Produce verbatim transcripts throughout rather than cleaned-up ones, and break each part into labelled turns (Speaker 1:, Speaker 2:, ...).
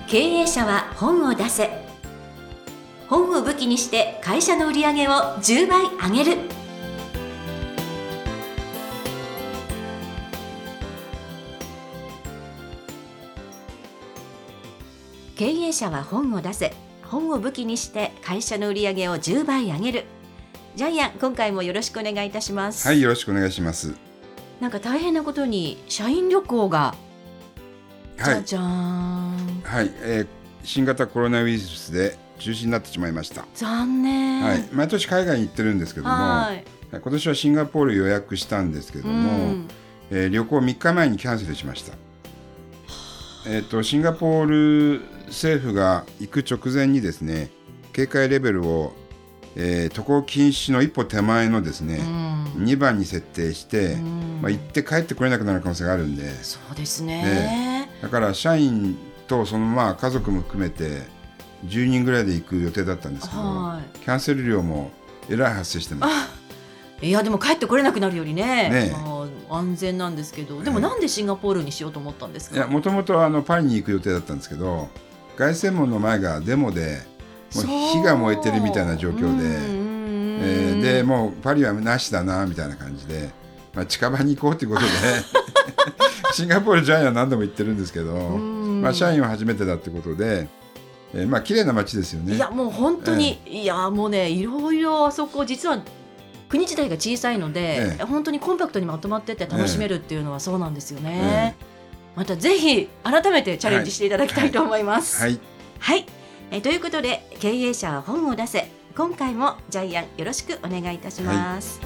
Speaker 1: 経営者は本を出せ。本を武器にして会社の売り上げをじゅうばい上げる。経営者は本を出せ。本を武器にして会社の売り上げをじゅうばい上げる。ジャイアン、今回もよろしくお願いいたします。
Speaker 2: はい、よろしくお願いします。
Speaker 1: なんか大変なことに社員旅行が、
Speaker 2: はい、
Speaker 1: じゃじゃーん、
Speaker 2: はいえー、新型コロナウイルスで中止になってしまいました。
Speaker 1: 残念。
Speaker 2: はい、毎年海外に行ってるんですけども、
Speaker 1: はい、
Speaker 2: 今年はシンガポール予約したんですけども、うんえー、旅行みっかまえにキャンセルしました。えー、とシンガポール政府が行く直前にですね、警戒レベルを、えー、渡航禁止の一歩手前のですね、うん、にばんに設定して、うんまあ、行って帰ってこれなくなる可能性があるんで。
Speaker 1: そうですね。
Speaker 2: だから社員とそのまあ家族も含めてじゅうにんぐらいで行く予定だったんですけど、はい、キャンセル料もえらい発生してます。
Speaker 1: いやでも帰ってこれなくなるより ね, ねまあ、安全なんですけど、でもなんでシンガポールにしようと思ったんですか？
Speaker 2: いや、もともとパリに行く予定だったんですけど、凱旋門の前がデモでもう火が燃えてるみたいな状況で、えー、でもうパリはなしだなみたいな感じで、まあ、近場に行こうということでシンガポールジャイアンは何度も行ってるんですけど、まあ、社員は初めてだってことで、えー、まあ綺麗な街ですよね。
Speaker 1: いやもう本当に、えー、いやもうね、いろいろあそこ実は国自体が小さいので、えー、本当にコンパクトにまとまってて楽しめるっていうのはそうなんですよね。えー、またぜひ改めてチャレンジしていただきたいと思います。
Speaker 2: はい、
Speaker 1: はいはい、えー、ということで経営者は本を出せ。今回もジャイアンよろしくお願いいたします。はい、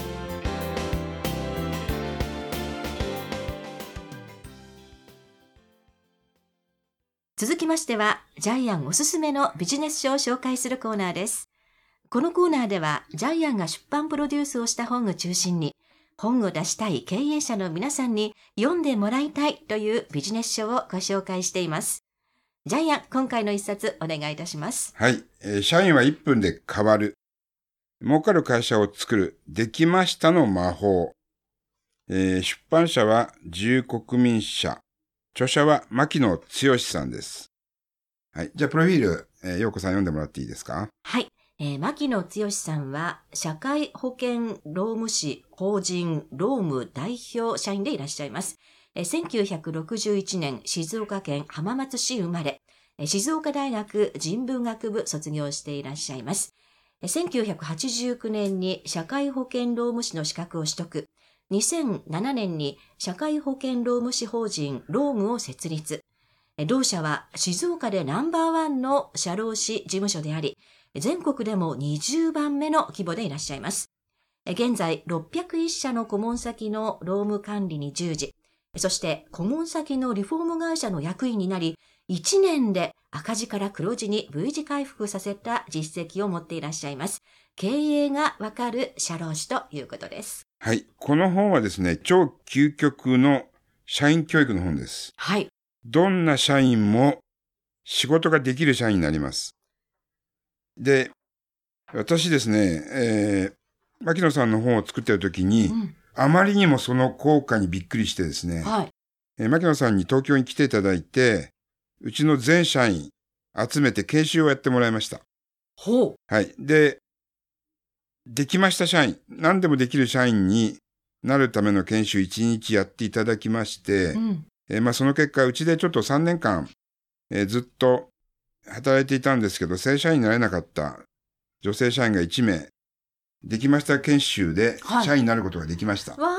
Speaker 1: 続きましてはジャイアンおすすめのビジネス書を紹介するコーナーです。このコーナーではジャイアンが出版プロデュースをした本を中心に、本を出したい経営者の皆さんに読んでもらいたいというビジネス書をご紹介しています。ジャイアン、今回の一冊お願いいたします。
Speaker 2: はい、えー、社員はいっぷんで変わる。儲かる会社を作る。できましたの魔法。えー、出版社は自由国民社。著者は牧野剛さんです。はい、じゃあプロフィール、えー、陽子さん読んでもらっていいですか？
Speaker 1: はい、えー、牧野剛さんは社会保険労務士法人労務代表社員でいらっしゃいます。えー、せんきゅうひゃくろくじゅういちねん静岡県浜松市生まれ、えー、静岡大学人文学部卒業していらっしゃいます。えー、せんきゅうひゃくはちじゅうきゅうねんに社会保険労務士の資格を取得。にせんななねんに社会保険労務士法人労務を設立。同社は静岡でナンバーワンの社労士事務所であり、全国でもにじゅうばんめの規模でいらっしゃいます。現在ろっぴゃくいっしゃの顧問先の労務管理に従事、そして顧問先のリフォーム会社の役員になり、いちねんで赤字から黒字に V 字回復させた実績を持っていらっしゃいます。経営がわかる社労士ということです。
Speaker 2: はい、この本はですね、超究極の社員教育の本です。
Speaker 1: はい。
Speaker 2: どんな社員も仕事ができる社員になります。で、私ですね、えー、牧野さんの本を作っているときに、うん、あまりにもその効果にびっくりしてですね、はい、えー、牧野さんに東京に来ていただいて、うちの全社員集めて研修をやってもらいました。
Speaker 1: ほう。
Speaker 2: はい。で、できました社員、何でもできる社員になるための研修いちにちやっていただきまして、うんえーまあ、その結果、うちでちょっとさんねんかん、えー、ずっと働いていたんですけど、正社員になれなかった女性社員がいちめい、できました研修で社員になることができました。
Speaker 1: はい、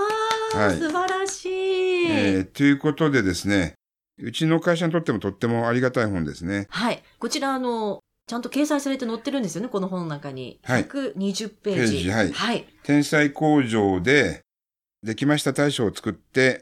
Speaker 1: わー、はい、素晴らしい、
Speaker 2: えー。ということでですね、うちの会社にとってもとってもありがたい本ですね。
Speaker 1: はい。こちら、あの、ちゃんと掲載されて載ってるんですよね、この本の中に。ひゃくにじゅうページ。
Speaker 2: ページ、はい。
Speaker 1: はい。
Speaker 2: 天才工場で、できました大賞を作って、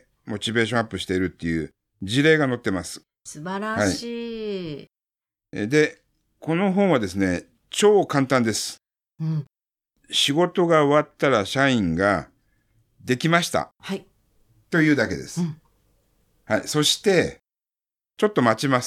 Speaker 2: モチベーションアップしているっていう事例が載ってます。
Speaker 1: 素晴らしい。
Speaker 2: はい、で、この本はですね、超簡単です。うん、仕事が終わったら社員ができました。
Speaker 1: はい。
Speaker 2: というだけです。うん、はい。そして、ちょっと待ちます。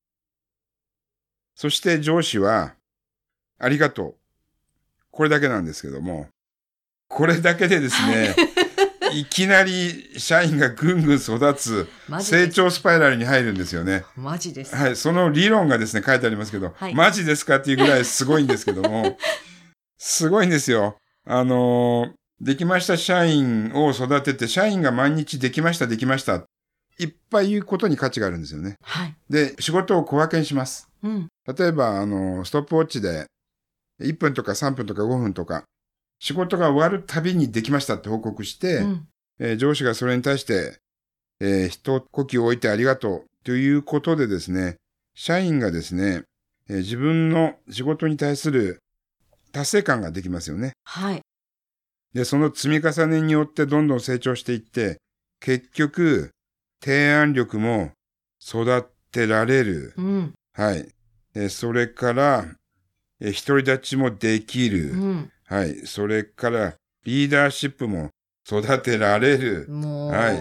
Speaker 2: そして上司は、ありがとう。これだけなんですけども、これだけでですね、 いきなり社員がぐんぐん育つ成長スパイラルに入るんですよね。
Speaker 1: マジです。
Speaker 2: はい。その理論がですね、書いてありますけど、はい、マジですかっていうぐらいすごいんですけども、すごいんですよ。あのー、できました社員を育てて、社員が毎日できました、できました。いっぱい言うことに価値があるんですよね。
Speaker 1: はい。
Speaker 2: で、仕事を小分けにします。
Speaker 1: うん。
Speaker 2: 例えば、あのー、ストップウォッチで、いっぷんとかさんぷんとかごふんとか、仕事が終わるたびにできましたって報告して、うん、えー、上司がそれに対して、えー、一呼吸置いてありがとうということでですね、社員がですね、えー、自分の仕事に対する達成感ができますよね。
Speaker 1: はい。
Speaker 2: で、その積み重ねによってどんどん成長していって、結局、提案力も育てられる。
Speaker 1: うん、
Speaker 2: はい。えー、それから、えー、独り立ちもできる。
Speaker 1: うん、
Speaker 2: はい。それから、リーダーシップも育てられる。
Speaker 1: もう。
Speaker 2: はい。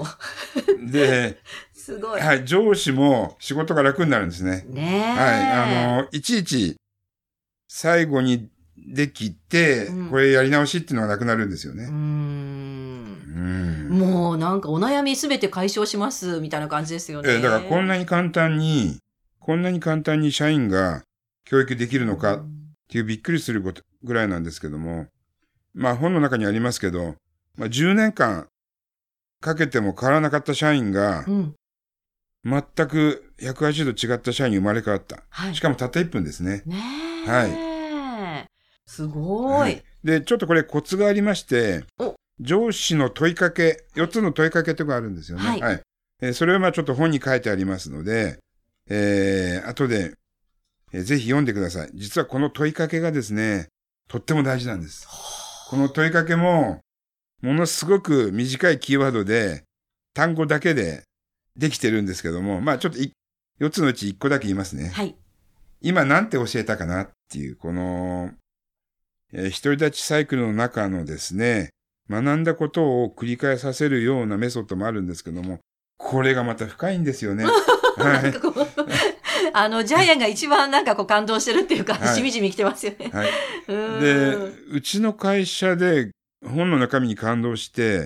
Speaker 2: で、
Speaker 1: すごい。
Speaker 2: はい。上司も仕事が楽になるんですね。
Speaker 1: ねえ。
Speaker 2: はい。あの、いちいち、最後にできて、うん、これやり直しっていうのがなくなるんですよね。
Speaker 1: うーん。うん。もうなんかお悩みすべて解消しますみたいな感じですよね。
Speaker 2: えー、だからこんなに簡単に、こんなに簡単に社員が教育できるのかっていうびっくりすることぐらいなんですけども、まあ本の中にありますけど、まあじゅうねんかんかけても変わらなかった社員が、うん、全くひゃくはちじゅうど違った社員に生まれ変わった。はい、しかもたったいっぷんですね。
Speaker 1: ねえ。
Speaker 2: はい。
Speaker 1: すごい、はい。
Speaker 2: で、ちょっとこれコツがありまして、上司の問いかけ、よっつの問いかけとかあるんですよね。はい。はい、えー、それはまあちょっと本に書いてありますので、えー、後で、えー、ぜひ読んでください。実はこの問いかけがですね、とっても大事なんです。この問いかけも、ものすごく短いキーワードで、単語だけでできてるんですけども、まあちょっとよっつのうちいっこだけ言いますね。
Speaker 1: はい。
Speaker 2: 今なんて教えたかなっていう、この、えー、独り立ちサイクルの中のですね、学んだことを繰り返させるようなメソッドもあるんですけども、これがまた深いんですよね。はい。
Speaker 1: あの、ジャイアンが一番なんかこう感動してるっていうか、はい、しみじみ来てますよね。
Speaker 2: はい。で、うちの会社で本の中身に感動して、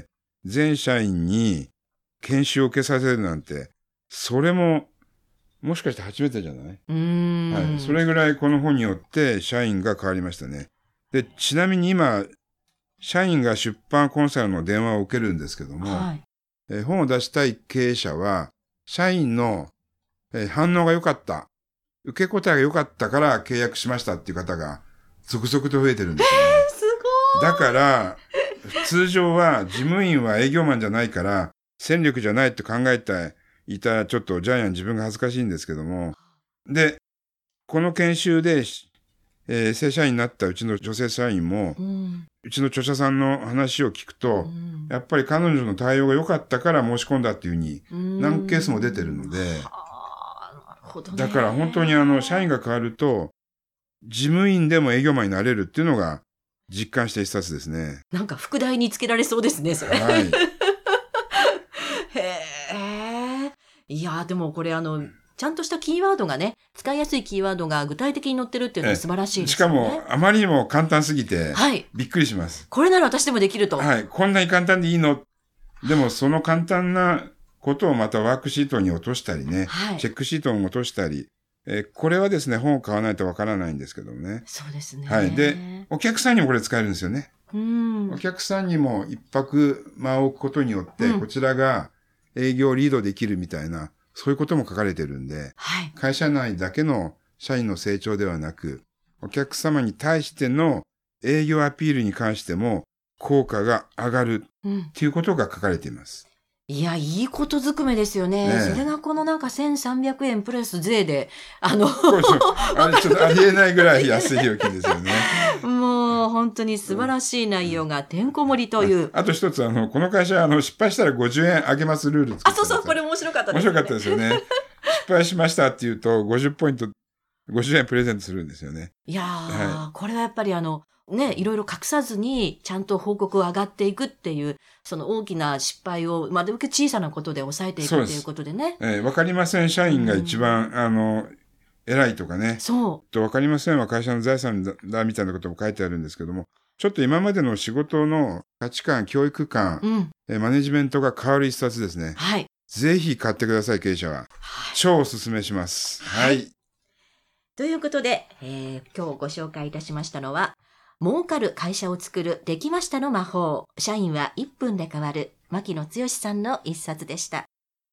Speaker 2: 全社員に研修を受けさせるなんて、それも、もしかして初めてじゃない？
Speaker 1: うーん。
Speaker 2: はい。それぐらいこの本によって社員が変わりましたね。で、ちなみに今、社員が出版コンサルの電話を受けるんですけども、はい、え本を出したい経営者は、社員の、え反応が良かった、受け答えが良かったから契約しましたっていう方が続々と増えてるんですよね。
Speaker 1: えー、すごい。
Speaker 2: だから、通常は事務員は営業マンじゃないから、戦力じゃないって考えていたちょっとジャイアン自分が恥ずかしいんですけども、で、この研修で、えー、正社員になったうちの女性社員も、うん、うちの著者さんの話を聞くと、うん、やっぱり彼女の対応が良かったから申し込んだっていうふうに何ケースも出てるので、はあ、なるほどね。だから本当にあの社員が変わると事務員でも営業マンになれるっていうのが実感した一冊ですね。
Speaker 1: なんか副題につけられそうですね、それ。はい。へえ。いやでもこれあの。ちゃんとしたキーワードがね、使いやすいキーワードが具体的に載ってるっていうのは素晴らしいですよね。
Speaker 2: しかも、あまりにも簡単すぎて、はい。びっくりします。
Speaker 1: これなら私でもできると。
Speaker 2: はい。こんなに簡単でいいの？でも、その簡単なことをまたワークシートに落としたりね、はい。チェックシートに落としたり、えー、これはですね、本を買わないとわからないんですけどもね。
Speaker 1: そうですね。
Speaker 2: はい。で、お客さんにもこれ使えるんですよね。
Speaker 1: うん。
Speaker 2: お客さんにも一泊間を置くことによって、うん、こちらが営業リードできるみたいな、そういうことも書かれてるんで、はい、会社内だけの社員の成長ではなく、お客様に対しての営業アピールに関しても効果が上がるっていうことが書かれています。
Speaker 1: うん、いや、いいことずくめですよね。ね、それがこのなんかせんさんびゃくえんプラス税で、あの、
Speaker 2: あれちょっとありえないぐらい安い料金ですよね。
Speaker 1: もう本当に素晴らしい内容がてんこ盛りという。
Speaker 2: あと一つ、あの、この会社、あの、失敗したらごじゅうえんあげますルール作って。
Speaker 1: あ、そうそう、これ面白かったです
Speaker 2: ね。面白かったですよね。失敗しましたって言うと、ごじゅっポイント、ごじゅうえんプレゼントするんですよね。
Speaker 1: いやー、はい、これはやっぱりあの、ね、いろいろ隠さずに、ちゃんと報告を上がっていくっていう、その大きな失敗を、まあ、でも小さなことで抑えていくっていうことでね。
Speaker 2: えー、わかりません社員が一番、うん、あの、偉いとかね。
Speaker 1: そう。
Speaker 2: とわかりませんは会社の財産だ、だみたいなことも書いてあるんですけども、 ちょっと今までの仕事の価値観、教育観、うん、マネジメントが変わる一冊ですね。
Speaker 1: はい。
Speaker 2: ぜひ買ってください、経営者は。はい、超おすすめします。はい。はい、
Speaker 1: ということで、えー、今日ご紹介いたしましたのは、儲かる会社を作るできましたの魔法。社員はいっぷんで変わる。牧野剛さんの一冊でした。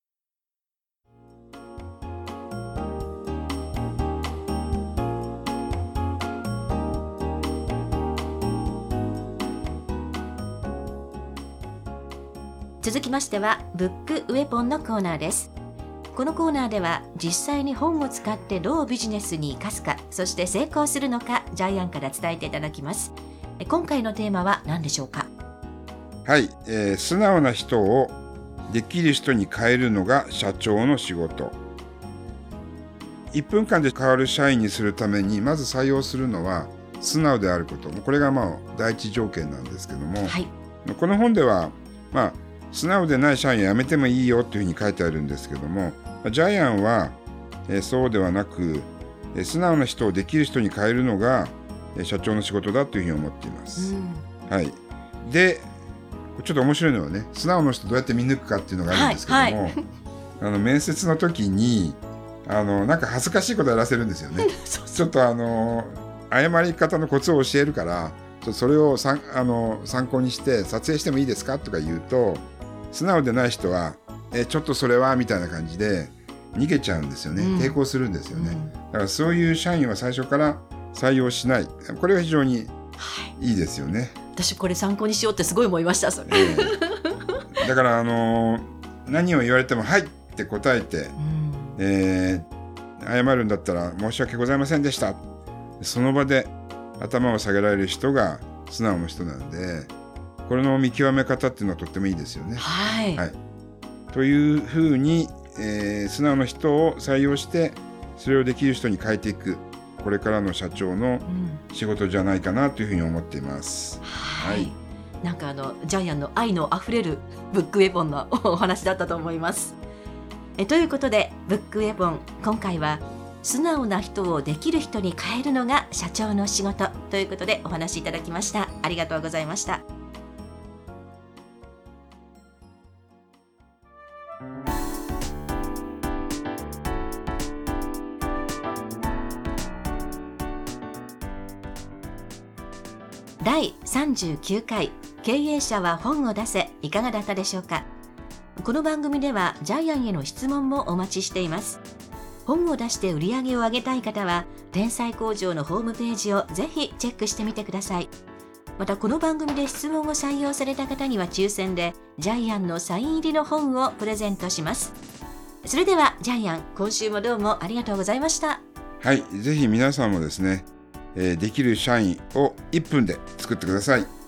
Speaker 1: 続きましてはブックウェポンのコーナーです。このコーナーでは実際に本を使ってどうビジネスに生かすか、そして成功するのか、ジャイアンから伝えていただきます。今回のテーマは何でしょうか？
Speaker 2: はい、えー、素直な人をできる人に変えるのが社長の仕事。いっぷんかんで変わる社員にするためにまず採用するのは素直であること。これがまあ第一条件なんですけども、はい、この本ではまあ素直でない社員は辞めてもいいよというふうに書いてあるんですけども、ジャイアンは、えー、そうではなく、えー、素直な人をできる人に変えるのが、えー、社長の仕事だというふうに思っています。うん、はい。で、ちょっと面白いのはね、素直な人どうやって見抜くかっていうのがあるんですけども、はいはい、あの面接の時にあのなんか恥ずかしいことやらせるんですよね。そうそう、ちょっとあの謝り方のコツを教えるから、ちょっとそれをさんあの参考にして撮影してもいいですかとか言うと、素直でない人はえちょっとそれはみたいな感じで逃げちゃうんですよね、うん、抵抗するんですよね、うん、だからそういう社員は最初から採用しない。これは非常にいいですよね、はい、
Speaker 1: 私これ参考にしようってすごい思いました。それ、
Speaker 2: えー、だからあのー、何を言われてもはいって答えて、うん、えー、謝るんだったら申し訳ございませんでした、その場で頭を下げられる人が素直な人なんで、これの見極め方っていうのはとってもいいですよね。
Speaker 1: はい、はい、
Speaker 2: というふうに、えー、素直な人を採用してそれをできる人に変えていく、これからの社長の仕事じゃないかなというふうに思っています。
Speaker 1: うん、はい、はい、なんかあのジャイアンの愛のあふれるブックウェポンのお話だったと思います。えということでブックウェポン、今回は素直な人をできる人に変えるのが社長の仕事ということでお話しいただきました。ありがとうございました。だいさんじゅうきゅうかい経営者は本を出せ、いかがだったでしょうか。この番組ではジャイアンへの質問もお待ちしています。本を出して売り上げを上げたい方は天才工場のホームページをぜひチェックしてみてください。またこの番組で質問を採用された方には抽選でジャイアンのサイン入りの本をプレゼントします。それではジャイアン、今週もどうもありがとうございました。
Speaker 2: はい、ぜひ皆さんもですね、えー、できる社員をいっぷんで作ってください。